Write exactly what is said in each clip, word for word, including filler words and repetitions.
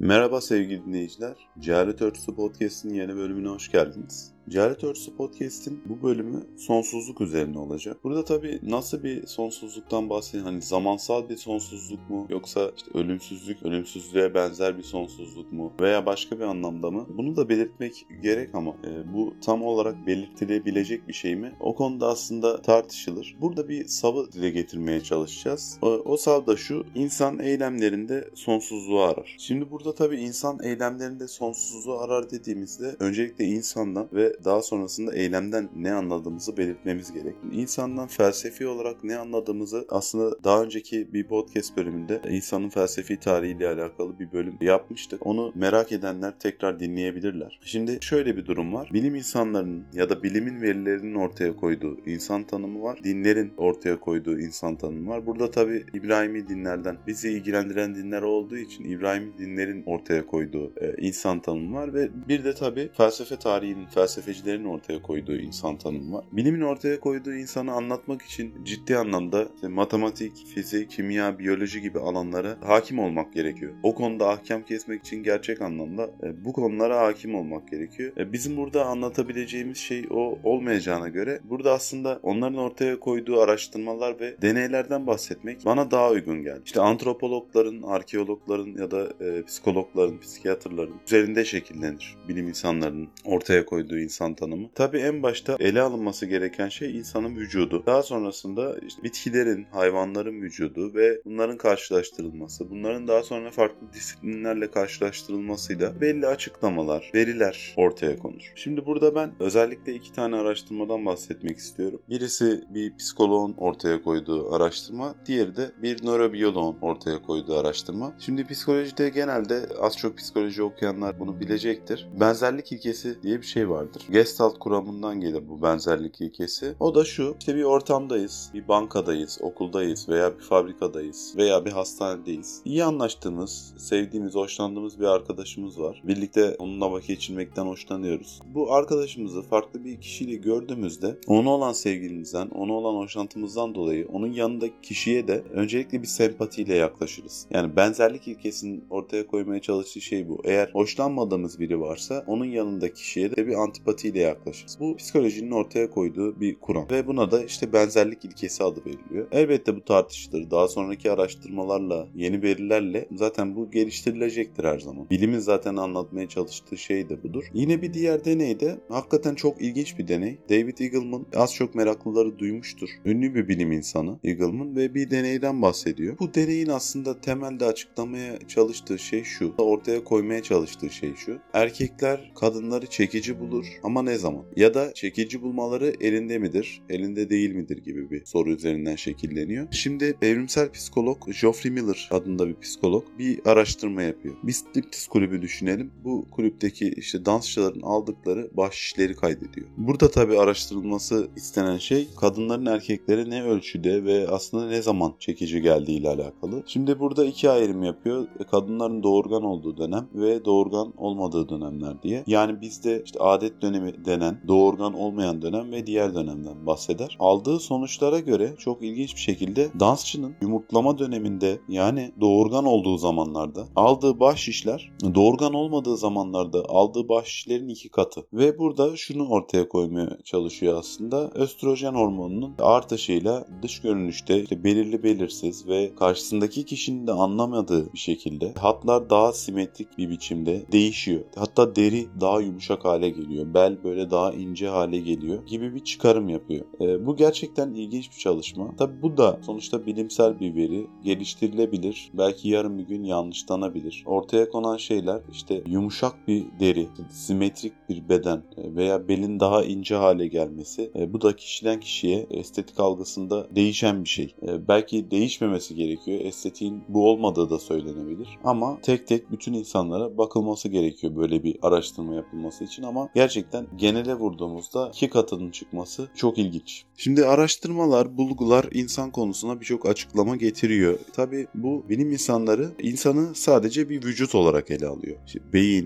Merhaba sevgili dinleyiciler. Cehalet Örtüsü Podcast'in yeni bölümüne hoş geldiniz. Cehalet Örtüsü Podcast'in bu bölümü sonsuzluk üzerine olacak. Burada tabii nasıl bir sonsuzluktan bahsediyor? Hani zamansal bir sonsuzluk mu? Yoksa işte ölümsüzlük, ölümsüzlüğe benzer bir sonsuzluk mu? Veya başka bir anlamda mı? Bunu da belirtmek gerek ama e, bu tam olarak belirtilebilecek bir şey mi? O konuda aslında tartışılır. Burada bir savı dile getirmeye çalışacağız. O, o sav da şu: insan eylemlerinde sonsuzluğu arar. Şimdi burada tabii insan eylemlerinde sonsuzluğu arar dediğimizde öncelikle insandan ve daha sonrasında eylemden ne anladığımızı belirtmemiz gerek. İnsandan felsefi olarak ne anladığımızı aslında daha önceki bir podcast bölümünde insanın felsefi tarihiyle alakalı bir bölüm yapmıştık. Onu merak edenler tekrar dinleyebilirler. Şimdi şöyle bir durum var. Bilim insanlarının ya da bilimin verilerinin ortaya koyduğu insan tanımı var. Dinlerin ortaya koyduğu insan tanımı var. Burada tabii İbrahimi dinlerden bizi ilgilendiren dinler olduğu için İbrahimi dinlerin ortaya koyduğu e, insan tanımı var ve bir de tabii felsefe tarihinin, felsefecilerin ortaya koyduğu insan tanımı var. Bilimin ortaya koyduğu insanı anlatmak için ciddi anlamda işte matematik, fizik, kimya, biyoloji gibi alanlara hakim olmak gerekiyor. O konuda ahkam kesmek için gerçek anlamda e, bu konulara hakim olmak gerekiyor. E, bizim burada anlatabileceğimiz şey o olmayacağına göre burada aslında onların ortaya koyduğu araştırmalar ve deneylerden bahsetmek bana daha uygun geldi. İşte antropologların, arkeologların ya da e, psikologların, psikiyatrların üzerinde şekillenir bilim insanlarının ortaya koyduğu insan tanımı. Tabii en başta ele alınması gereken şey insanın vücudu. Daha sonrasında işte bitkilerin, hayvanların vücudu ve bunların karşılaştırılması. Bunların daha sonra farklı disiplinlerle karşılaştırılmasıyla belli açıklamalar, veriler ortaya konur. Şimdi burada ben özellikle iki tane araştırmadan bahsetmek istiyorum. Birisi bir psikoloğun ortaya koyduğu araştırma, diğeri de bir nörobiyoloğun ortaya koyduğu araştırma. Şimdi psikolojide genelde az çok psikoloji okuyanlar bunu bilecektir. Benzerlik ilkesi diye bir şey vardır. Gestalt kuramından gelir bu benzerlik ilkesi. O da şu: işte bir ortamdayız, bir bankadayız, okuldayız veya bir fabrikadayız veya bir hastanedeyiz. İyi anlaştığımız, sevdiğimiz, hoşlandığımız bir arkadaşımız var. Birlikte onunla vakit geçirmekten hoşlanıyoruz. Bu arkadaşımızı farklı bir kişiyle gördüğümüzde ona olan sevgimizden, ona olan hoşlantımızdan dolayı onun yanındaki kişiye de öncelikle bir sempatiyle yaklaşırız. Yani benzerlik ilkesinin ortaya koymaya çalıştığı şey bu. Eğer hoşlanmadığımız biri varsa onun yanındaki kişiye de bir antipatiyle yaklaşırız. Bu psikolojinin ortaya koyduğu bir kuram ve buna da işte benzerlik ilkesi adı veriliyor. Elbette bu tartışılır. Daha sonraki araştırmalarla, yeni verilerle zaten bu geliştirilecektir her zaman. Bilimin zaten anlatmaya çalıştığı şey de budur. Yine bir diğer deney de hakikaten çok ilginç bir deney. David Eagleman az çok meraklıları duymuştur. Ünlü bir bilim insanı Eagleman ve bir deneyden bahsediyor. Bu deneyin aslında temelde açıklamaya çalıştığı şey şu. Ortaya koymaya çalıştığı şey şu: erkekler kadınları çekici bulur ama ne zaman? Ya da çekici bulmaları elinde midir, elinde değil midir gibi bir soru üzerinden şekilleniyor. Şimdi evrimsel psikolog Geoffrey Miller adında bir psikolog bir araştırma yapıyor. Bir striptiz kulübü düşünelim. Bu kulüpteki işte dansçıların aldıkları bahşişleri kaydediyor. Burada tabii araştırılması istenen şey kadınların erkeklere ne ölçüde ve aslında ne zaman çekici geldiği ile alakalı. Şimdi burada iki ayrım yapıyor: kadınların doğurgan olduğu dönem ve doğurgan olmadığı dönemler diye. Yani bizde işte adet dönemi denen doğurgan olmayan dönem ve diğer dönemden bahseder. Aldığı sonuçlara göre çok ilginç bir şekilde dansçının yumurtlama döneminde, yani doğurgan olduğu zamanlarda aldığı bahşişler doğurgan olmadığı zamanlarda aldığı bahşişlerin iki katı. Ve burada şunu ortaya koymaya çalışıyor aslında: östrojen hormonunun artışıyla dış görünüşte işte belirli belirsiz ve karşısındaki kişinin de anlamadığı bir şekilde hatlar daha simetrik bir biçimde değişiyor. Hatta deri daha yumuşak hale geliyor. Bel böyle daha ince hale geliyor gibi bir çıkarım yapıyor. E, bu gerçekten ilginç bir çalışma. Tabi bu da sonuçta bilimsel bir veri. Geliştirilebilir. Belki yarın bir gün yanlışlanabilir. Ortaya konan şeyler işte yumuşak bir deri, simetrik bir beden veya belin daha ince hale gelmesi. E, bu da kişiden kişiye estetik algısında değişen bir şey. E, belki değişmemesi gerekiyor. Estetiğin bu olmadığı da söylenebilir. Ama tek tek bütün insanlara bakılması gerekiyor böyle bir araştırma yapılması için, ama gerçekten genele vurduğumuzda iki katının çıkması çok ilginç. Şimdi araştırmalar, bulgular insan konusuna birçok açıklama getiriyor. Tabii bu bilim insanları insanı sadece bir vücut olarak ele alıyor. İşte beyin,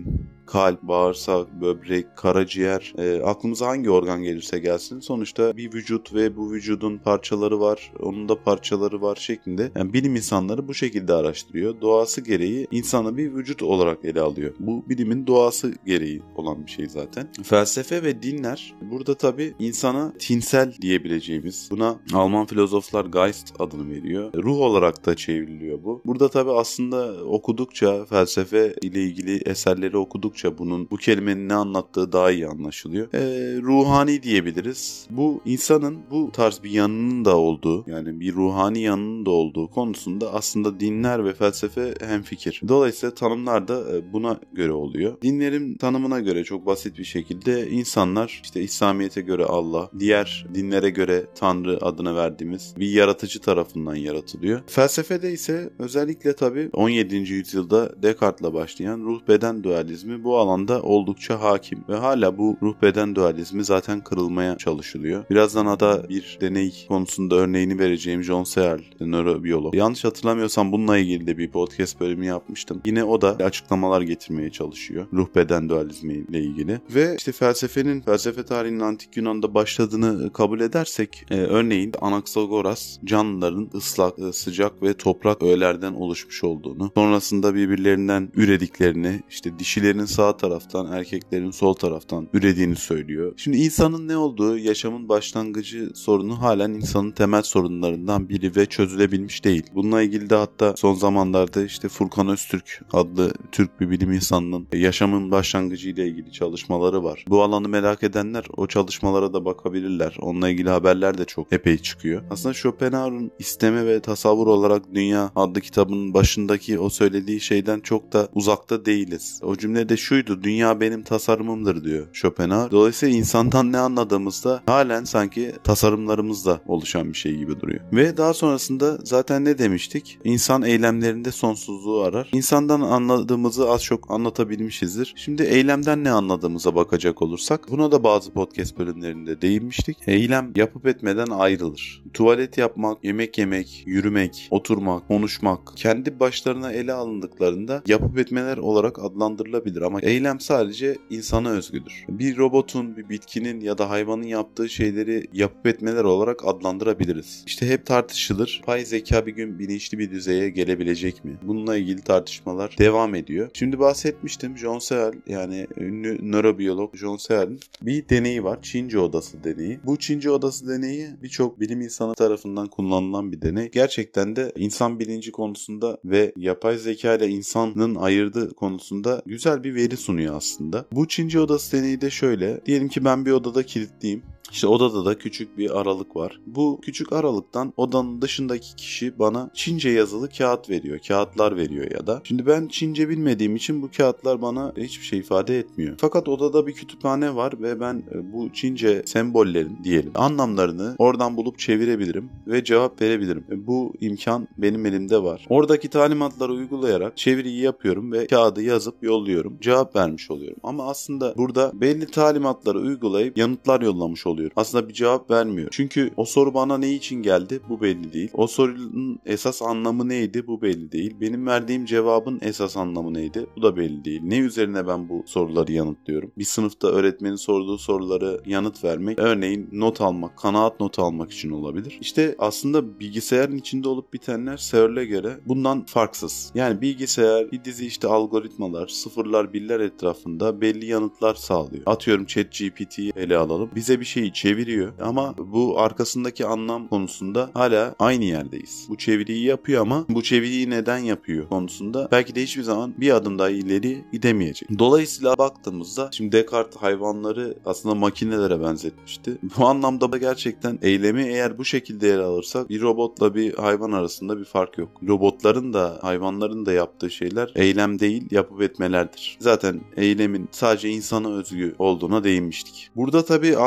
kalp, bağırsak, böbrek, karaciğer, e, aklımıza hangi organ gelirse gelsin sonuçta bir vücut ve bu vücudun parçaları var, onun da parçaları var şeklinde. Yani bilim insanları bu şekilde araştırıyor. Doğası gereği insanı bir vücut olarak ele alıyor. Bu bilimin doğası gereği olan bir şey zaten. Felsefe ve dinler burada tabii insana tinsel diyebileceğimiz, buna Alman filozoflar Geist adını veriyor. Ruh olarak da çevriliyor bu. Burada tabii aslında okudukça, felsefe ile ilgili eserleri okudukça bunun, bu kelimenin ne anlattığı daha iyi anlaşılıyor. E, ruhani diyebiliriz. Bu insanın bu tarz bir yanının da olduğu, yani bir ruhani yanının da olduğu konusunda aslında dinler ve felsefe hemfikir. Dolayısıyla tanımlar da buna göre oluyor. Dinlerin tanımına göre çok basit bir şekilde insanlar işte İslamiyet'e göre Allah, diğer dinlere göre Tanrı adını verdiğimiz bir yaratıcı tarafından yaratılıyor. Felsefede ise özellikle tabii on yedinci yüzyılda Descartes'la başlayan ruh-beden dualizmi bu alanda oldukça hakim ve hala bu ruh-beden dualizmi zaten kırılmaya çalışılıyor. Birazdan ada bir deney konusunda örneğini vereceğim John Searle, nörobiyolog. Yanlış hatırlamıyorsam bununla ilgili de bir podcast bölümü yapmıştım. Yine o da açıklamalar getirmeye çalışıyor ruh-beden dualizmi ile ilgili. Ve işte felsefenin, felsefe tarihinin antik Yunan'da başladığını kabul edersek e, örneğin Anaxagoras canlıların ıslak, e, sıcak ve toprak öğelerden oluşmuş olduğunu, sonrasında birbirlerinden ürediklerini, işte dişilerin sağ taraftan, erkeklerin sol taraftan ürediğini söylüyor. Şimdi insanın ne olduğu, yaşamın başlangıcı sorunu halen insanın temel sorunlarından biri ve çözülebilmiş değil. Bununla ilgili de hatta son zamanlarda işte Furkan Öztürk adlı Türk bir bilim insanının yaşamın başlangıcı ile ilgili çalışmaları var. Bu alanı merak edenler o çalışmalara da bakabilirler. Onunla ilgili haberler de çok epey çıkıyor. Aslında Schopenhauer'un İsteme ve Tasavvur olarak Dünya adlı kitabının başındaki o söylediği şeyden çok da uzakta değiliz. O cümle de şuydu: dünya benim tasarımımdır diyor Schopenhauer. Dolayısıyla insandan ne anladığımızda halen sanki tasarımlarımızla oluşan bir şey gibi duruyor. Ve daha sonrasında zaten ne demiştik? İnsan eylemlerinde sonsuzluğu arar. İnsandan anladığımızı az çok anlatabilmişizdir. Şimdi eylemden ne anladığımıza bakacak olursak buna da bazı podcast bölümlerinde değinmiştik. Eylem yapıp etmeden ayrılır. Tuvalet yapmak, yemek yemek, yürümek, oturmak, konuşmak kendi başlarına ele alındıklarında yapıp etmeler olarak adlandırılabilir ama eylem sadece insana özgüdür. Bir robotun, bir bitkinin ya da hayvanın yaptığı şeyleri yapıp etmeler olarak adlandırabiliriz. İşte hep tartışılır. Yapay zeka bir gün bilinçli bir düzeye gelebilecek mi? Bununla ilgili tartışmalar devam ediyor. Şimdi bahsetmiştim. John Searle, yani ünlü nörobiyolog John Searle'in bir deneyi var. Çince odası deneyi. Bu Çince odası deneyi birçok bilim insanı tarafından kullanılan bir deney. Gerçekten de insan bilinci konusunda ve yapay zeka ile insanın ayırdığı konusunda güzel bir veri sunuyor aslında. Bu Çince odası deneyi de şöyle. Diyelim ki ben bir odada kilitliyim. İşte odada da küçük bir aralık var. Bu küçük aralıktan odanın dışındaki kişi bana Çince yazılı kağıt veriyor. Kağıtlar veriyor ya da. Şimdi ben Çince bilmediğim için bu kağıtlar bana hiçbir şey ifade etmiyor. Fakat odada bir kütüphane var ve ben bu Çince sembollerin diyelim anlamlarını oradan bulup çevirebilirim ve cevap verebilirim. Bu imkan benim elimde var. Oradaki talimatları uygulayarak çeviriyi yapıyorum ve kağıdı yazıp yolluyorum. Cevap vermiş oluyorum. Ama aslında burada belli talimatları uygulayıp yanıtlar yollamış oluyorum. Aslında bir cevap vermiyor. Çünkü o soru bana ne için geldi bu belli değil. O sorunun esas anlamı neydi bu belli değil. Benim verdiğim cevabın esas anlamı neydi bu da belli değil. Ne üzerine ben bu soruları yanıtlıyorum? Bir sınıfta öğretmenin sorduğu soruları yanıt vermek, örneğin not almak, kanaat notu almak için olabilir. İşte aslında bilgisayarın içinde olup bitenler Searle'e göre bundan farksız. Yani bilgisayar bir dizi işte algoritmalar, sıfırlar, birler etrafında belli yanıtlar sağlıyor. Atıyorum ChatGPT'yi ele alalım. Bize bir şey çeviriyor ama bu arkasındaki anlam konusunda hala aynı yerdeyiz. Bu çeviriyi yapıyor ama bu çeviriyi neden yapıyor konusunda belki de hiçbir zaman bir adım daha ileri gidemeyecek. Dolayısıyla baktığımızda şimdi Descartes hayvanları aslında makinelere benzetmişti. Bu anlamda da gerçekten eylemi eğer bu şekilde ele alırsak bir robotla bir hayvan arasında bir fark yok. Robotların da hayvanların da yaptığı şeyler eylem değil yapıp etmelerdir. Zaten eylemin sadece insana özgü olduğuna değinmiştik. Burada tabii akla şu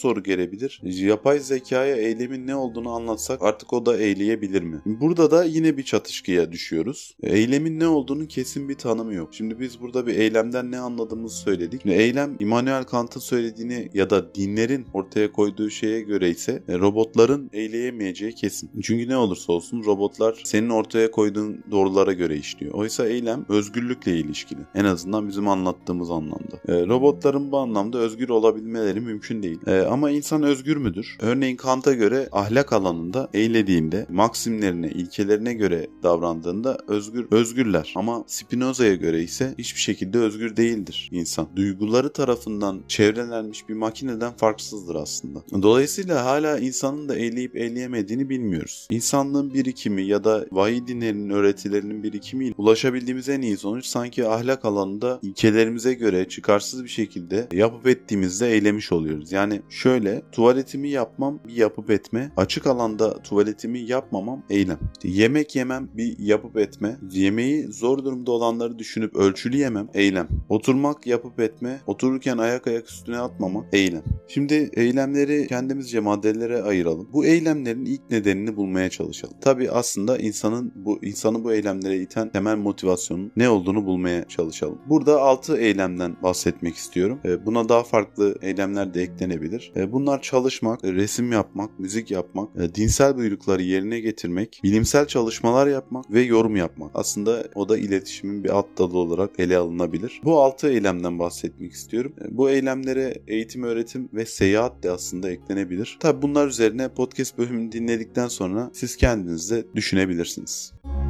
soru gelebilir. Yapay zekaya eylemin ne olduğunu anlatsak artık o da eyleyebilir mi? Burada da yine bir çatışkıya düşüyoruz. Eylemin ne olduğunun kesin bir tanımı yok. Şimdi biz burada bir eylemden ne anladığımızı söyledik. Şimdi eylem Immanuel Kant'ın söylediğini ya da dinlerin ortaya koyduğu şeye göre ise robotların eyleyemeyeceği kesin. Çünkü ne olursa olsun robotlar senin ortaya koyduğun doğrulara göre işliyor. Oysa eylem özgürlükle ilişkili. En azından bizim anlattığımız anlamda. E, robotların bu anlamda özgür olabilmeleri mümkün değil. E, ama insan özgür müdür? Örneğin Kant'a göre ahlak alanında eylediğinde, maksimlerine, ilkelerine göre davrandığında özgür özgürler. Ama Spinoza'ya göre ise hiçbir şekilde özgür değildir insan. Duyguları tarafından çevrelenmiş bir makineden farksızdır aslında. Dolayısıyla hala insanın da eyleyip eyleyemediğini bilmiyoruz. İnsanlığın birikimi ya da vahiy dinlerinin öğretilerinin birikimiyle ulaşabildiğimiz en iyi sonuç sanki ahlak alanında ilkelerimize göre çıkarsız bir şekilde yapıp ettiğimizde eylemiş oluyoruz. Yani şöyle, tuvaletimi yapmam bir yapıp etme, açık alanda tuvaletimi yapmamam eylem. İşte yemek yemem bir yapıp etme, yemeği zor durumda olanları düşünüp ölçülü yemem eylem. Oturmak yapıp etme, otururken ayak ayak üstüne atmama eylem. Şimdi eylemleri kendimizce maddelere ayıralım. Bu eylemlerin ilk nedenini bulmaya çalışalım. Tabii aslında insanın bu insanı bu eylemlere iten temel motivasyonun ne olduğunu bulmaya çalışalım. Burada altı eylemden bahsetmek istiyorum. Buna daha farklı eylemler de eklenebilir. Bunlar çalışmak, resim yapmak, müzik yapmak, dinsel buyrukları yerine getirmek, bilimsel çalışmalar yapmak ve yorum yapmak. Aslında o da iletişimin bir alt dalı olarak ele alınabilir. Bu altı eylemden bahsetmek istiyorum. Bu eylemlere eğitim, öğretim ve seyahat de aslında eklenebilir. Tabii bunlar üzerine podcast bölümünü dinledikten sonra siz kendiniz de düşünebilirsiniz.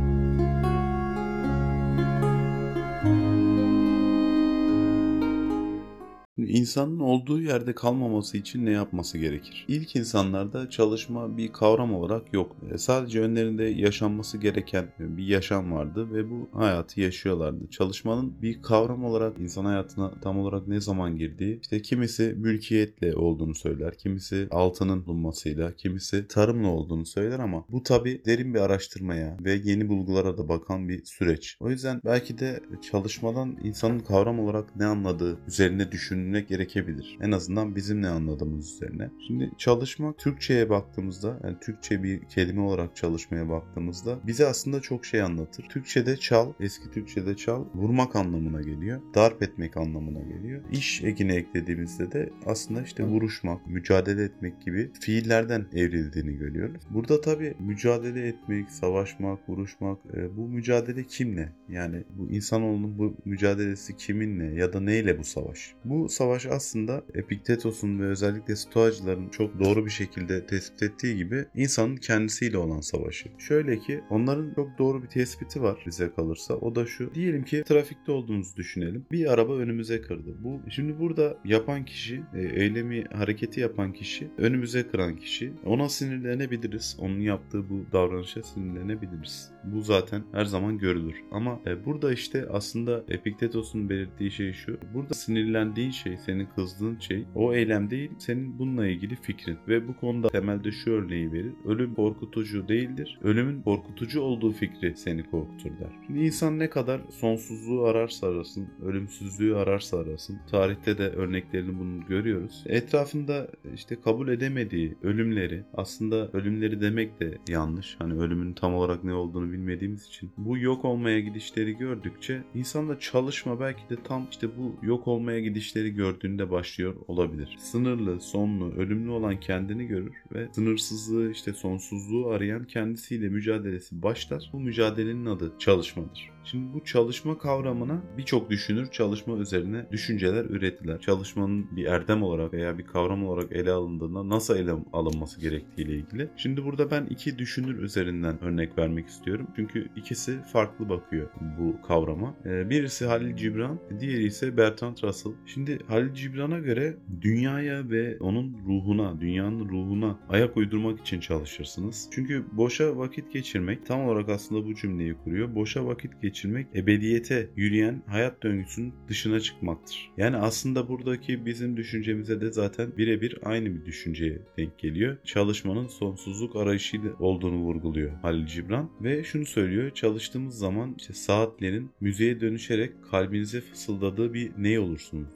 İnsanın olduğu yerde kalmaması için ne yapması gerekir? İlk insanlarda çalışma bir kavram olarak yok. Sadece önlerinde yaşanması gereken bir yaşam vardı ve bu hayatı yaşıyorlardı. Çalışmanın bir kavram olarak insan hayatına tam olarak ne zaman girdiği, işte kimisi mülkiyetle olduğunu söyler, kimisi altının bulunmasıyla, kimisi tarımla olduğunu söyler ama bu tabii derin bir araştırmaya ve yeni bulgulara da bakan bir süreç. O yüzden belki de çalışmadan insanın kavram olarak ne anladığı üzerine düşünmek gerekebilir. En azından bizim ne anladığımız üzerine. Şimdi çalışmak Türkçe'ye baktığımızda, yani Türkçe bir kelime olarak çalışmaya baktığımızda bize aslında çok şey anlatır. Türkçe'de çal, eski Türkçe'de çal, vurmak anlamına geliyor. Darp etmek anlamına geliyor. İş ekine eklediğimizde de aslında işte vuruşmak, mücadele etmek gibi fiillerden evrildiğini görüyoruz. Burada tabii mücadele etmek, savaşmak, vuruşmak, e, bu mücadele kimle? Yani bu insanoğlunun bu mücadelesi kiminle ya da neyle bu savaş? Bu savaş aslında Epiktetos'un ve özellikle Stoacıların çok doğru bir şekilde tespit ettiği gibi insanın kendisiyle olan savaşı. Şöyle ki onların çok doğru bir tespiti var bize kalırsa. O da şu. Diyelim ki trafikte olduğumuzu düşünelim. Bir araba önümüze kırdı. Bu şimdi burada yapan kişi, eylemi, hareketi yapan kişi, önümüze kıran kişi. Ona sinirlenebiliriz. Onun yaptığı bu davranışa sinirlenebiliriz. Bu zaten her zaman görülür. Ama burada işte aslında Epiktetos'un belirttiği şey şu. Burada sinirlendiğin şey, senin kızdığın şey o eylem değil, senin bununla ilgili fikrin. Ve bu konuda temelde şu örneği verir. Ölüm korkutucu değildir. Ölümün korkutucu olduğu fikri seni korkutur der. Şimdi insan ne kadar sonsuzluğu ararsa arasın, ölümsüzlüğü ararsa arasın. Tarihte de örneklerini bunu görüyoruz. Etrafında işte kabul edemediği ölümleri, aslında ölümleri demek de yanlış. Hani ölümün tam olarak ne olduğunu bilmediğimiz için. Bu yok olmaya gidişleri gördükçe insanda çalışma belki de tam işte bu yok olmaya gidişleri gördüğünde başlıyor olabilir. Sınırlı, sonlu, ölümlü olan kendini görür ve sınırsızlığı, işte sonsuzluğu arayan kendisiyle mücadelesi başlar. Bu mücadelenin adı çalışmadır. Şimdi bu çalışma kavramına birçok düşünür çalışma üzerine düşünceler ürettiler. Çalışmanın bir erdem olarak veya bir kavram olarak ele alındığında nasıl ele alınması gerektiğiyle ilgili. Şimdi burada ben iki düşünür üzerinden örnek vermek istiyorum. Çünkü ikisi farklı bakıyor bu kavrama. Birisi Halil Cibran, diğeri ise Bertrand Russell. Şimdi Halil Cibran'a göre dünyaya ve onun ruhuna, dünyanın ruhuna ayak uydurmak için çalışırsınız. Çünkü boşa vakit geçirmek, tam olarak aslında bu cümleyi kuruyor. Boşa vakit geçirmek geçirmek ebediyete yürüyen hayat döngüsünün dışına çıkmaktır. Yani aslında buradaki bizim düşüncemize de zaten birebir aynı bir düşünceye denk geliyor. Çalışmanın sonsuzluk arayışıyla olduğunu vurguluyor Halil Cibran ve şunu söylüyor: çalıştığımız zaman işte saatlerin müziğe dönüşerek kalbinize fısıldadığı bir ney olursunuz diyor. Bütün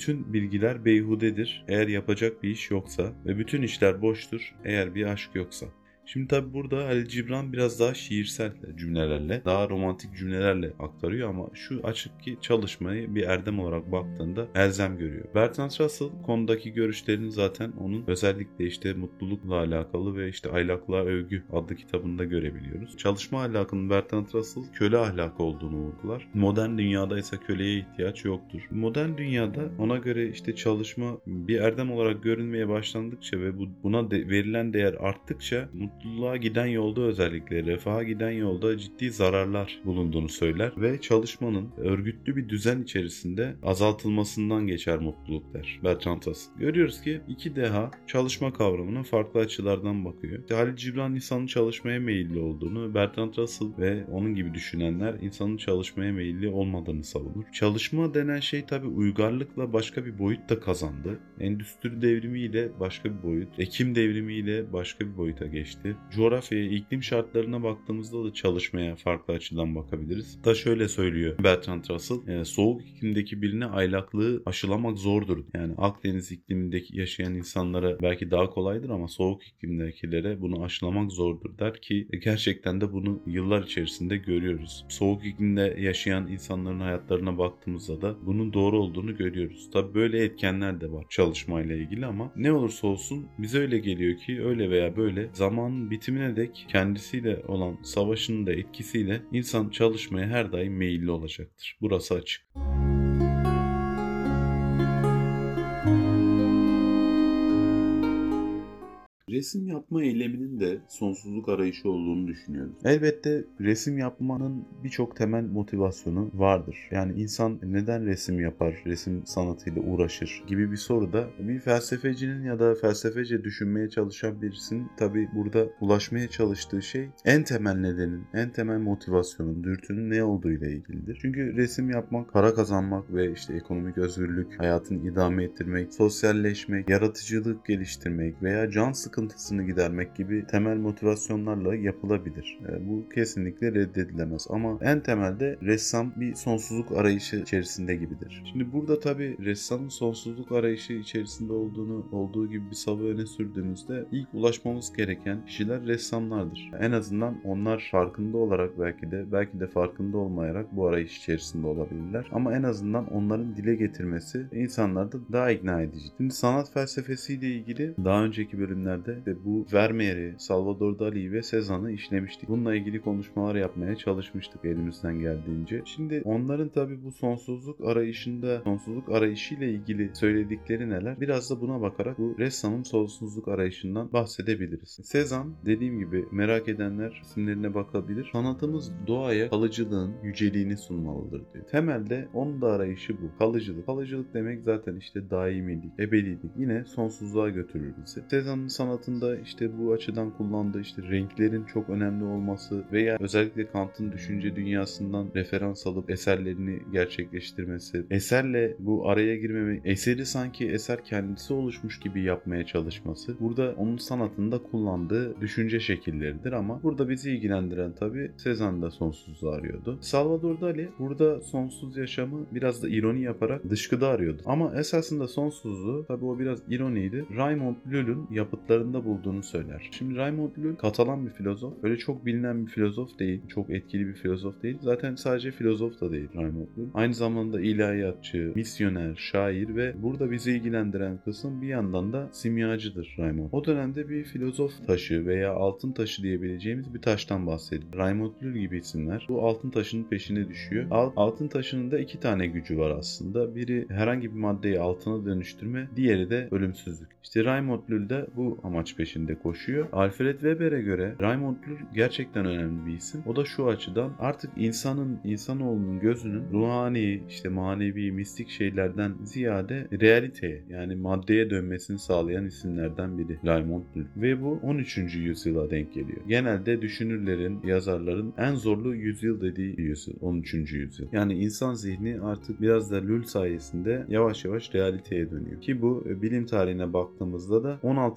bütün bilgiler beyhudedir eğer yapacak bir iş yoksa ve bütün işler boştur eğer bir aşk yoksa. Şimdi tabi burada Halil Cibran biraz daha şiirsel cümlelerle, daha romantik cümlelerle aktarıyor ama şu açık ki çalışmayı bir erdem olarak baktığında elzem görüyor. Bertrand Russell konudaki görüşlerini zaten onun özellikle işte mutlulukla alakalı ve işte Aylaklığa Övgü adlı kitabında görebiliyoruz. Çalışma ahlakının Bertrand Russell köle ahlakı olduğunu vurgular. Modern dünyada ise köleye ihtiyaç yoktur. Modern dünyada ona göre işte çalışma bir erdem olarak görünmeye başlandıkça ve bu, buna de, verilen değer arttıkça mutluluğa giden yolda özellikle refaha giden yolda ciddi zararlar bulunduğunu söyler ve çalışmanın örgütlü bir düzen içerisinde azaltılmasından geçer mutluluk der Bertrand Russell. Görüyoruz ki iki deha çalışma kavramına farklı açılardan bakıyor. İşte Halil Cibran insanın çalışmaya meyilli olduğunu, Bertrand Russell ve onun gibi düşünenler insanın çalışmaya meyilli olmadığını savunur. Çalışma denen şey tabi uygarlıkla başka bir boyut da kazandı. Endüstri devrimiyle başka bir boyut, ekim devrimiyle başka bir boyuta geçti. Coğrafyaya, iklim şartlarına baktığımızda da çalışmaya farklı açıdan bakabiliriz. Da şöyle söylüyor Bertrand Russell, yani soğuk iklimdeki birine aylaklığı aşılamak zordur. Yani Akdeniz iklimindeki yaşayan insanlara belki daha kolaydır ama soğuk iklimdekilere bunu aşılamak zordur der ki gerçekten de bunu yıllar içerisinde görüyoruz. Soğuk iklimde yaşayan insanların hayatlarına baktığımızda da bunun doğru olduğunu görüyoruz. Tabii böyle etkenler de var çalışmayla ilgili ama ne olursa olsun bize öyle geliyor ki öyle veya böyle zamanın bitimine dek kendisiyle olan savaşının da etkisiyle insan çalışmaya her daim meyilli olacaktır. Burası açık. Resim yapma eyleminin de sonsuzluk arayışı olduğunu düşünüyorum. Elbette resim yapmanın birçok temel motivasyonu vardır. Yani insan neden resim yapar, resim sanatıyla uğraşır gibi bir soru da bir felsefecinin ya da felsefece düşünmeye çalışan birisinin tabii burada ulaşmaya çalıştığı şey en temel nedenin, en temel motivasyonun, dürtünün ne olduğuyla ilgilidir. Çünkü resim yapmak, para kazanmak ve işte ekonomik özgürlük, hayatını idame ettirmek, sosyalleşmek, yaratıcılık geliştirmek veya can sıkıntısını gidermek gibi temel motivasyonlarla yapılabilir. Bu kesinlikle reddedilemez ama en temelde ressam bir sonsuzluk arayışı içerisinde gibidir. Şimdi burada tabii ressamın sonsuzluk arayışı içerisinde olduğunu olduğu gibi bir savı öne sürdüğümüzde ilk ulaşmamız gereken kişiler ressamlardır. En azından onlar farkında olarak belki de belki de farkında olmayarak bu arayış içerisinde olabilirler. Ama en azından onların dile getirmesi insanlarda daha ikna edici. Şimdi sanat felsefesiyle ilgili daha önceki bölümlerde ve bu Vermeer'i, Salvador Dali'yi ve Cézanne'ı işlemiştik. Bununla ilgili konuşmalar yapmaya çalışmıştık elimizden geldiğince. Şimdi onların tabii bu sonsuzluk arayışında, sonsuzluk arayışıyla ilgili söyledikleri neler? Biraz da buna bakarak bu ressamın sonsuzluk arayışından bahsedebiliriz. Cézanne dediğim gibi merak edenler isimlerine bakabilir. Sanatımız doğaya kalıcılığın yüceliğini sunmalıdır diyor. Temelde onun da arayışı bu. Kalıcılık. Kalıcılık demek zaten işte daimilik, ebedilik. Yine sonsuzluğa götürür bizi. Cézanne'ın sanatında işte bu açıdan kullandığı işte renklerin çok önemli olması veya özellikle Kant'ın düşünce dünyasından referans alıp eserlerini gerçekleştirmesi, eserle bu araya girmemi, eseri sanki eser kendisi oluşmuş gibi yapmaya çalışması burada onun sanatında kullandığı düşünce şekilleridir ama burada bizi ilgilendiren tabii Cézanne'da sonsuzluğu arıyordu. Salvador Dali burada sonsuz yaşamı biraz da ironi yaparak dışkıda arıyordu. Ama esasında sonsuzluğu tabii o biraz ironiydi. Raymond Lulle'ün yapıtlarında bulduğunu söyler. Şimdi Raymond Lull Katalan bir filozof. Öyle çok bilinen bir filozof değil. Çok etkili bir filozof değil. Zaten sadece filozof da değil Raymond Lull. Aynı zamanda ilahiyatçı, misyoner, şair ve burada bizi ilgilendiren kısım bir yandan da simyacıdır Raymond. O dönemde bir filozof taşı veya altın taşı diyebileceğimiz bir taştan bahsediyor. Raymond Lull gibi isimler bu altın taşının peşine düşüyor. Altın taşının da iki tane gücü var aslında. Biri herhangi bir maddeyi altına dönüştürme, diğeri de ölümsüzlük. İşte Raymond Lull de bu amaç peşinde koşuyor. Alfred Weber'e göre Raymond Lull gerçekten önemli bir isim. O da şu açıdan artık insanın, insanoğlunun gözünün ruhani, işte manevi, mistik şeylerden ziyade realiteye yani maddeye dönmesini sağlayan isimlerden biri Raymond Lull. Ve bu on üçüncü yüzyıla denk geliyor. Genelde düşünürlerin, yazarların en zorlu yüzyıl dediği yüzyıl, on üçüncü yüzyıl. Yani insan zihni artık biraz da Lull sayesinde yavaş yavaş realiteye dönüyor. Ki bu bilim tarihine baktığımızda da on altıncı yüzyıl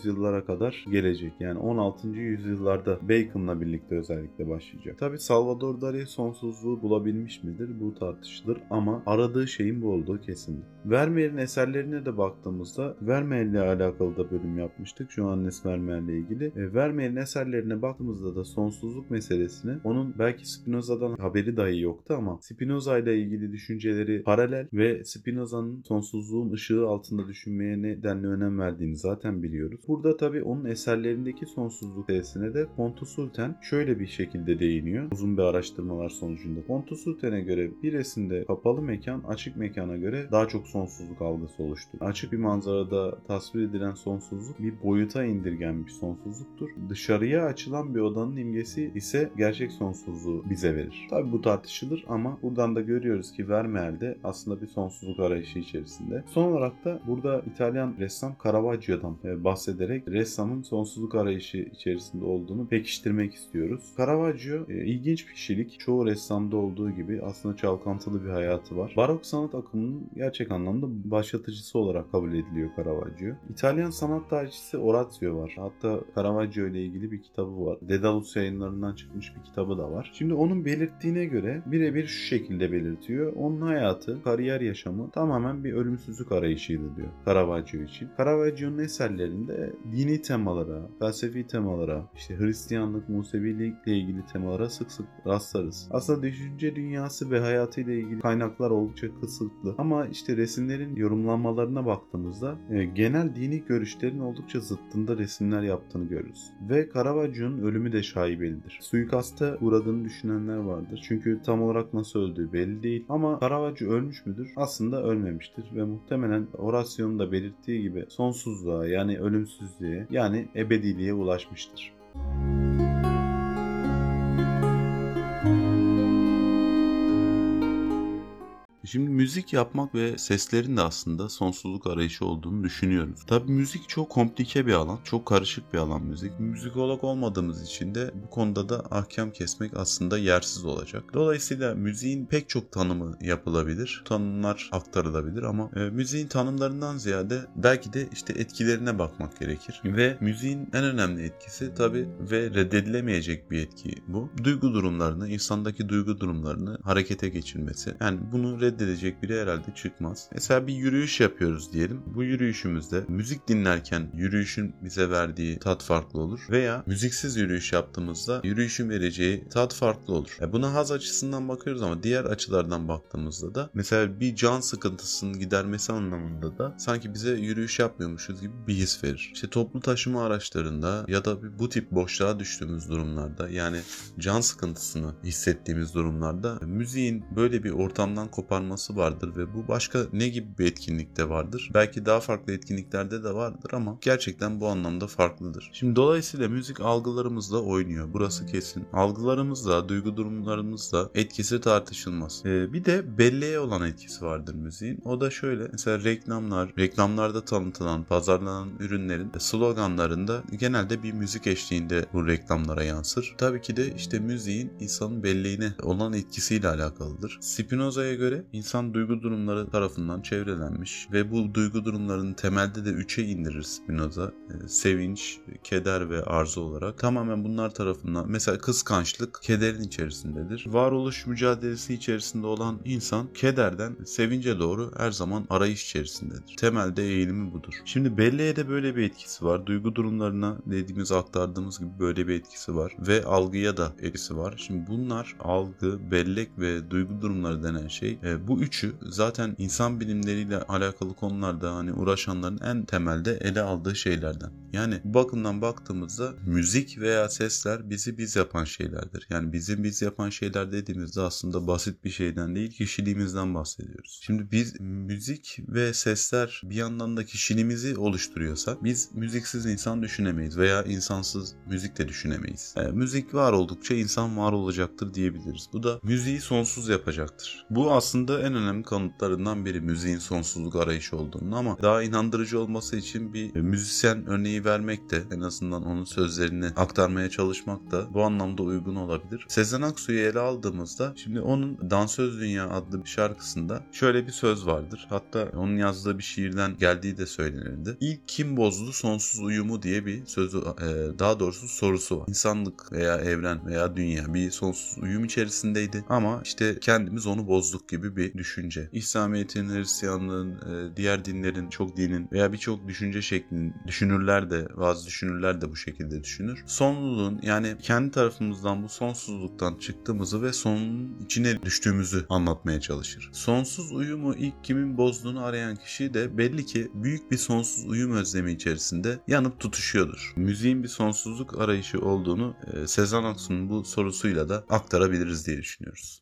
yüzyıllara kadar gelecek. Yani on altıncı yüzyıllarda Bacon'la birlikte özellikle başlayacak. Tabi Salvador Dali sonsuzluğu bulabilmiş midir? Bu tartışılır ama aradığı şeyin bu olduğu kesin. Vermeer'in eserlerine de baktığımızda Vermeer ile alakalı da bölüm yapmıştık. Johannes Vermeer ile ilgili. E, Vermeer'in eserlerine baktığımızda da sonsuzluk meselesini, onun belki Spinoza'dan haberi dahi yoktu ama Spinoza ile ilgili düşünceleri paralel ve Spinoza'nın sonsuzluğun ışığı altında düşünmeye nedenli önem verdiğini zaten biliyoruz. Burada tabii onun eserlerindeki sonsuzluk meselesine de Pontus Sultan şöyle bir şekilde değiniyor. Uzun bir araştırmalar sonucunda. Pontus Sultan'a göre bir resimde kapalı mekan açık mekana göre daha çok sonsuzluk algısı oluşturur. Açık bir manzarada tasvir edilen sonsuzluk bir boyuta indirgenmiş sonsuzluktur. Dışarıya açılan bir odanın imgesi ise gerçek sonsuzluğu bize verir. Tabii bu tartışılır ama buradan da görüyoruz ki Vermeer de aslında bir sonsuzluk arayışı içerisinde. Son olarak da burada İtalyan ressam Caravaggio'dan bahsederek ressamın sonsuzluk arayışı içerisinde olduğunu pekiştirmek istiyoruz. Caravaggio e, ilginç bir kişilik. Çoğu ressamda olduğu gibi aslında çalkantılı bir hayatı var. Barok sanat akımının gerçek anlamda başlatıcısı olarak kabul ediliyor Caravaggio. İtalyan sanat tarihçisi Orazio var. Hatta Caravaggio ile ilgili bir kitabı var. Dedalus yayınlarından çıkmış bir kitabı da var. Şimdi onun belirttiğine göre birebir şu şekilde belirtiyor. Onun hayatı, kariyer yaşamı tamamen bir ölümsüzlük arayışıydı diyor Caravaggio için. Caravaggio'nun eserlerinde dini temalara, felsefi temalara, işte Hristiyanlık, Musevilikle ilgili temalara sık sık rastlarız. Aslında düşünce dünyası ve hayatıyla ilgili kaynaklar oldukça kısıtlı. Ama işte resimlerin yorumlanmalarına baktığımızda e, genel dini görüşlerin oldukça zıttında resimler yaptığını görürüz. Ve Caravaggio'nun ölümü de şaibelidir. Suikasta uğradığını düşünenler vardır. Çünkü tam olarak nasıl öldüğü belli değil. Ama Caravaggio ölmüş müdür? Aslında ölmemiştir ve muhtemelen Horacio'nun da belirttiği gibi sonsuzluğa, yani ölümsüzlüğe, yani ebediliğe ulaşmıştır. Şimdi müzik yapmak ve seslerin de aslında sonsuzluk arayışı olduğunu düşünüyoruz. Tabii müzik çok komplike bir alan, çok karışık bir alan müzik. Müzikolog olmadığımız için de bu konuda da ahkam kesmek aslında yersiz olacak. Dolayısıyla müziğin pek çok tanımı yapılabilir, tanımlar aktarılabilir ama e, müziğin tanımlarından ziyade belki de işte etkilerine bakmak gerekir. Ve müziğin en önemli etkisi tabii ve reddedilemeyecek bir etki bu. Duygu durumlarını, insandaki duygu durumlarını harekete geçirmesi. Yani bunu reddedilemeyecek edecek biri herhalde çıkmaz. Mesela bir yürüyüş yapıyoruz diyelim. Bu yürüyüşümüzde müzik dinlerken yürüyüşün bize verdiği tat farklı olur. Veya müziksiz yürüyüş yaptığımızda yürüyüşün vereceği tat farklı olur. E buna haz açısından bakıyoruz ama diğer açılardan baktığımızda da mesela bir can sıkıntısının gidermesi anlamında da sanki bize yürüyüş yapmıyormuşuz gibi bir his verir. İşte toplu taşıma araçlarında ya da bu tip boşluğa düştüğümüz durumlarda, yani can sıkıntısını hissettiğimiz durumlarda müziğin böyle bir ortamdan koparması vardır ve bu başka ne gibi bir etkinlikte vardır? Belki daha farklı etkinliklerde de vardır ama gerçekten bu anlamda farklıdır. Şimdi dolayısıyla müzik algılarımızla oynuyor. Burası kesin. Algılarımızla, duygu durumlarımızla etkisi tartışılmaz. Ee, bir de belleğe olan etkisi vardır müziğin. O da şöyle. Mesela reklamlar, reklamlarda tanıtılan, pazarlanan ürünlerin sloganlarında genelde bir müzik eşliğinde bu reklamlara yansır. Tabii ki de işte müziğin insanın belleğine olan etkisiyle alakalıdır. Spinoza'ya göre İnsan duygu durumları tarafından çevrelenmiş ve bu duygu durumlarını temelde de üçe indirir Spinoza. E, sevinç, keder ve arzu olarak. Tamamen bunlar tarafından, mesela kıskançlık kederin içerisindedir. Varoluş mücadelesi içerisinde olan insan kederden sevince doğru her zaman arayış içerisindedir. Temelde eğilimi budur. Şimdi belleğe de böyle bir etkisi var. Duygu durumlarına dediğimiz, aktardığımız gibi böyle bir etkisi var ve algıya da etkisi var. Şimdi bunlar, algı, bellek ve duygu durumları denen şey, e, bu üçü zaten insan bilimleriyle alakalı konularda hani uğraşanların en temelde ele aldığı şeylerden. Yani bu bakımdan baktığımızda müzik veya sesler bizi biz yapan şeylerdir. Yani bizim biz yapan şeyler dediğimizde aslında basit bir şeyden değil, kişiliğimizden bahsediyoruz. Şimdi biz müzik ve sesler bir yandan da kişiliğimizi oluşturuyorsa biz müziksiz insan düşünemeyiz veya insansız müzik de düşünemeyiz. Yani müzik var oldukça insan var olacaktır diyebiliriz. Bu da müziği sonsuz yapacaktır. Bu aslında aslında en önemli kanıtlarından biri müziğin sonsuzluk arayışı olduğunu, ama daha inandırıcı olması için bir müzisyen örneği vermek de, en azından onun sözlerini aktarmaya çalışmak da bu anlamda uygun olabilir. Sezen Aksu'yu ele aldığımızda, şimdi onun Dansöz Dünya adlı bir şarkısında şöyle bir söz vardır. Hatta onun yazdığı bir şiirden geldiği de söylenirdi. İlk kim bozdu sonsuz uyumu diye bir sözü, daha doğrusu sorusu var. İnsanlık veya evren veya dünya bir sonsuz uyum içerisindeydi ama işte kendimiz onu bozduk gibi bir düşünce. İslamiyet'in, Hristiyanlığın, diğer dinlerin, çok dinin veya birçok düşünce şeklinin düşünürler de, bazı düşünürler de bu şekilde düşünür. Sonluluğun, yani kendi tarafımızdan bu sonsuzluktan çıktığımızı ve sonun içine düştüğümüzü anlatmaya çalışır. Sonsuz uyumu ilk kimin bozduğunu arayan kişi de belli ki büyük bir sonsuz uyum özlemi içerisinde yanıp tutuşuyordur. Müziğin bir sonsuzluk arayışı olduğunu Sezen Aksu'nun bu sorusuyla da aktarabiliriz diye düşünüyoruz.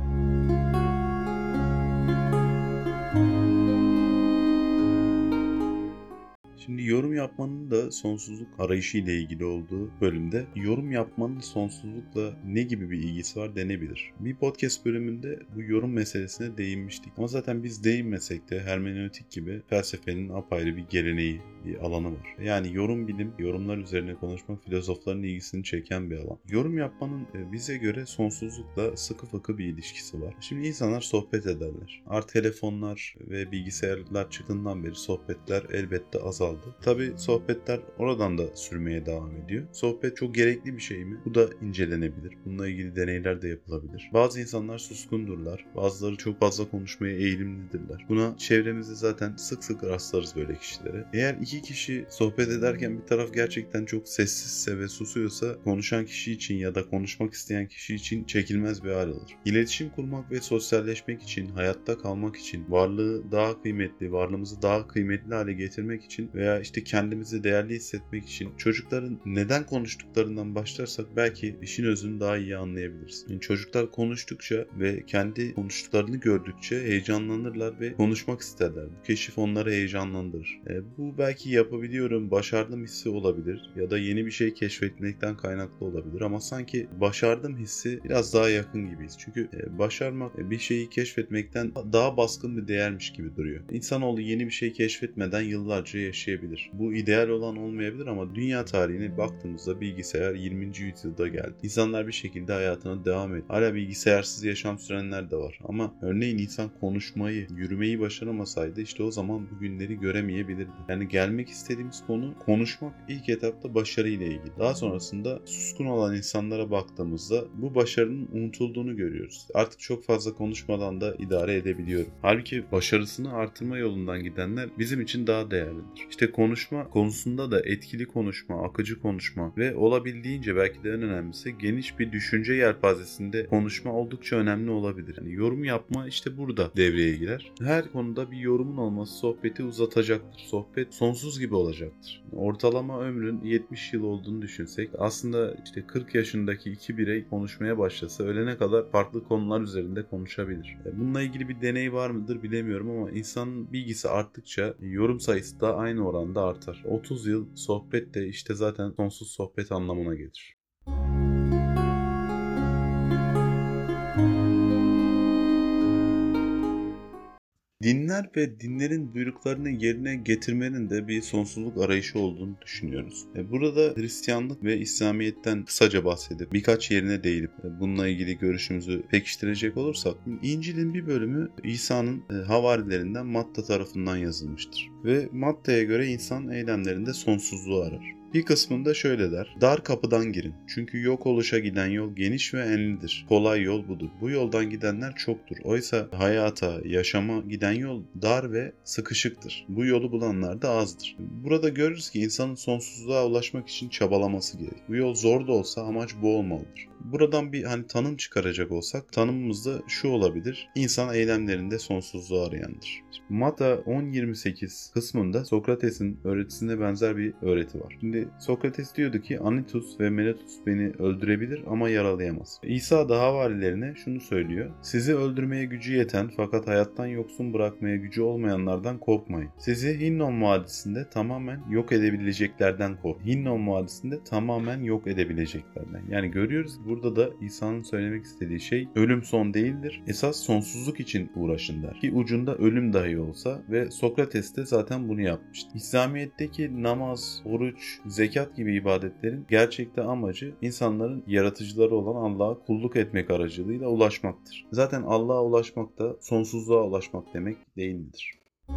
Şimdi yorum yapmanın da sonsuzluk arayışı ile ilgili olduğu bölümde yorum yapmanın sonsuzlukla ne gibi bir ilgisi var denebilir. Bir podcast bölümünde bu yorum meselesine değinmiştik. Ama zaten biz değinmesek de hermeneutik gibi felsefenin apayrı bir geleneği, bir alanı var. Yani yorum bilim, yorumlar üzerine konuşmak filozofların ilgisini çeken bir alan. Yorum yapmanın bize göre sonsuzlukla sıkı fıkı bir ilişkisi var. Şimdi insanlar sohbet ederler. Artık telefonlar ve bilgisayarlar çıktığından beri sohbetler elbette azaldı. Tabii sohbetler oradan da sürmeye devam ediyor. Sohbet çok gerekli bir şey mi? Bu da incelenebilir. Bununla ilgili deneyler de yapılabilir. Bazı insanlar suskundurlar. Bazıları çok fazla konuşmaya eğilimlidirler. Buna çevremizde zaten sık sık rastlarız böyle kişilere. Eğer iki kişi sohbet ederken bir taraf gerçekten çok sessizse ve susuyorsa, konuşan kişi için ya da konuşmak isteyen kişi için çekilmez bir hal alır. İletişim kurmak ve sosyalleşmek için, hayatta kalmak için, varlığı daha kıymetli, varlığımızı daha kıymetli hale getirmek için veya işte kendimizi değerli hissetmek için çocukların neden konuştuklarından başlarsak belki işin özünü daha iyi anlayabiliriz. Yani çocuklar konuştukça ve kendi konuştuklarını gördükçe heyecanlanırlar ve konuşmak isterler. Bu keşif onları heyecanlandırır. E, bu belki yapabiliyorum, başardım hissi olabilir ya da yeni bir şey keşfetmekten kaynaklı olabilir, ama sanki başardım hissi biraz daha yakın gibiyiz. Çünkü e, başarmak e, bir şeyi keşfetmekten daha baskın bir değermiş gibi duruyor. İnsanoğlu yeni bir şey keşfetmeden yıllarca yaşayabilir. Bu ideal olan olmayabilir ama dünya tarihine baktığımızda bilgisayar yirminci yüzyılda geldi. İnsanlar bir şekilde hayatına devam ediyor. Hala bilgisayarsız yaşam sürenler de var. Ama örneğin insan konuşmayı, yürümeyi başaramasaydı işte o zaman bu günleri göremeyebilirdi. Yani gelmek istediğimiz konu konuşmak ilk etapta başarıyla ilgili. Daha sonrasında suskun olan insanlara baktığımızda bu başarının unutulduğunu görüyoruz. Artık çok fazla konuşmadan da idare edebiliyorum. Halbuki başarısını artırma yolundan gidenler bizim için daha değerlidir. İşte konuşma konusunda da etkili konuşma, akıcı konuşma ve olabildiğince belki de en önemlisi geniş bir düşünce yelpazesinde konuşma oldukça önemli olabilir. Yani yorum yapma işte burada devreye girer. Her konuda bir yorumun olması sohbeti uzatacaktır. Sohbet sonsuz gibi olacaktır. Ortalama ömrün yetmiş yıl olduğunu düşünsek aslında işte kırk yaşındaki iki birey konuşmaya başlasa ölene kadar farklı konular üzerinde konuşabilir. Bununla ilgili bir deney var mıdır bilemiyorum ama insanın bilgisi arttıkça yorum sayısı da aynı oranda artar. otuz yıl sohbet de işte zaten sonsuz sohbet anlamına gelir. Dinler ve dinlerin buyruklarını yerine getirmenin de bir sonsuzluk arayışı olduğunu düşünüyoruz. Burada Hristiyanlık ve İslamiyet'ten kısaca bahsedip birkaç yerine değinip bununla ilgili görüşümüzü pekiştirecek olursak, İncil'in bir bölümü İsa'nın havarilerinden Matta tarafından yazılmıştır. Ve Matta'ya göre insan eylemlerinde sonsuzluğu arar. Bir kısmında şöyle der: dar kapıdan girin. Çünkü yok oluşa giden yol geniş ve enlidir. Kolay yol budur. Bu yoldan gidenler çoktur. Oysa hayata, yaşama giden yol dar ve sıkışıktır. Bu yolu bulanlar da azdır. Burada görürüz ki insanın sonsuzluğa ulaşmak için çabalaması gerek. Bu yol zor da olsa amaç bu olmalıdır. Buradan bir hani tanım çıkaracak olsak tanımımız da şu olabilir: İnsan eylemlerinde sonsuzluğu arayandır. Matta on yirmi sekiz kısmında Sokrates'in öğretisine benzer bir öğreti var. Şimdi Şimdi Sokrates diyordu ki Anytus ve Meletus beni öldürebilir ama yaralayamaz. İsa da havarilerine şunu söylüyor. Sizi öldürmeye gücü yeten fakat hayattan yoksun bırakmaya gücü olmayanlardan korkmayın. Sizi Hinnom Vadisi'nde tamamen yok edebileceklerden korkun. Hinnom Vadisi'nde tamamen yok edebileceklerden. Yani görüyoruz burada da İsa'nın söylemek istediği şey ölüm son değildir. Esas sonsuzluk için uğraşın der. Ki ucunda ölüm dahi olsa ve Sokrates de zaten bunu yapmıştı. İslamiyet'teki namaz, oruç, zekat gibi ibadetlerin gerçekte amacı insanların yaratıcıları olan Allah'a kulluk etmek aracılığıyla ulaşmaktır. Zaten Allah'a ulaşmak da sonsuzluğa ulaşmak demek değil midir?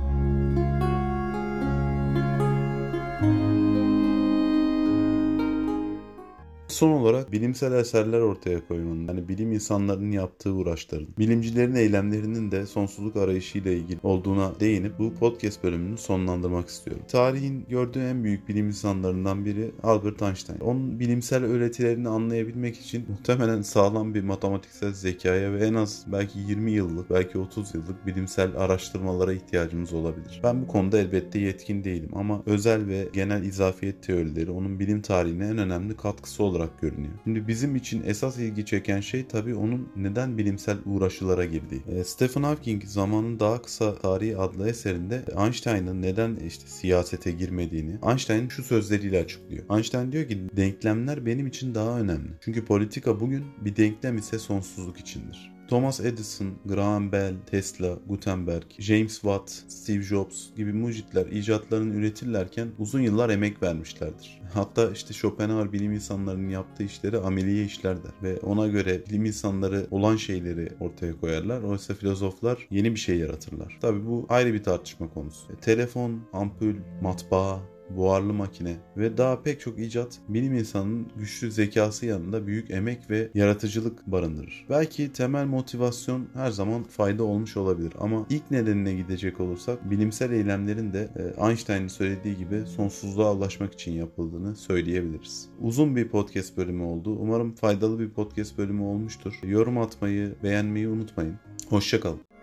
Son olarak bilimsel eserler ortaya koymanın, yani bilim insanlarının yaptığı uğraşların, bilimcilerin eylemlerinin de sonsuzluk arayışıyla ilgili olduğuna değinip bu podcast bölümünü sonlandırmak istiyorum. Tarihin gördüğü en büyük bilim insanlarından biri Albert Einstein. Onun bilimsel öğretilerini anlayabilmek için muhtemelen sağlam bir matematiksel zekaya ve en az belki yirmi yıllık, belki otuz yıllık bilimsel araştırmalara ihtiyacımız olabilir. Ben bu konuda elbette yetkin değilim ama özel ve genel izafiyet teorileri onun bilim tarihine en önemli katkısı olarak görünüyor. Şimdi bizim için esas ilgi çeken şey tabii onun neden bilimsel uğraşılara girdiği. E, Stephen Hawking Zamanın Daha Kısa Tarihi adlı eserinde Einstein'ın neden işte siyasete girmediğini Einstein şu sözleriyle açıklıyor. Einstein diyor ki denklemler benim için daha önemli. Çünkü politika bugün bir denklem ise sonsuzluk içindir. Thomas Edison, Graham Bell, Tesla, Gutenberg, James Watt, Steve Jobs gibi mucitler icatlarını üretirlerken uzun yıllar emek vermişlerdir. Hatta işte Schopenhauer bilim insanlarının yaptığı işleri ameliye işler der ve ona göre bilim insanları olan şeyleri ortaya koyarlar. Oysa filozoflar yeni bir şey yaratırlar. Tabii bu ayrı bir tartışma konusu. E, telefon, ampul, matbaa, buharlı makine ve daha pek çok icat bilim insanının güçlü zekası yanında büyük emek ve yaratıcılık barındırır. Belki temel motivasyon her zaman fayda olmuş olabilir ama ilk nedenine gidecek olursak bilimsel eylemlerin de Einstein'ın söylediği gibi sonsuzluğa ulaşmak için yapıldığını söyleyebiliriz. Uzun bir podcast bölümü oldu. Umarım faydalı bir podcast bölümü olmuştur. Yorum atmayı, beğenmeyi unutmayın. Hoşça kalın.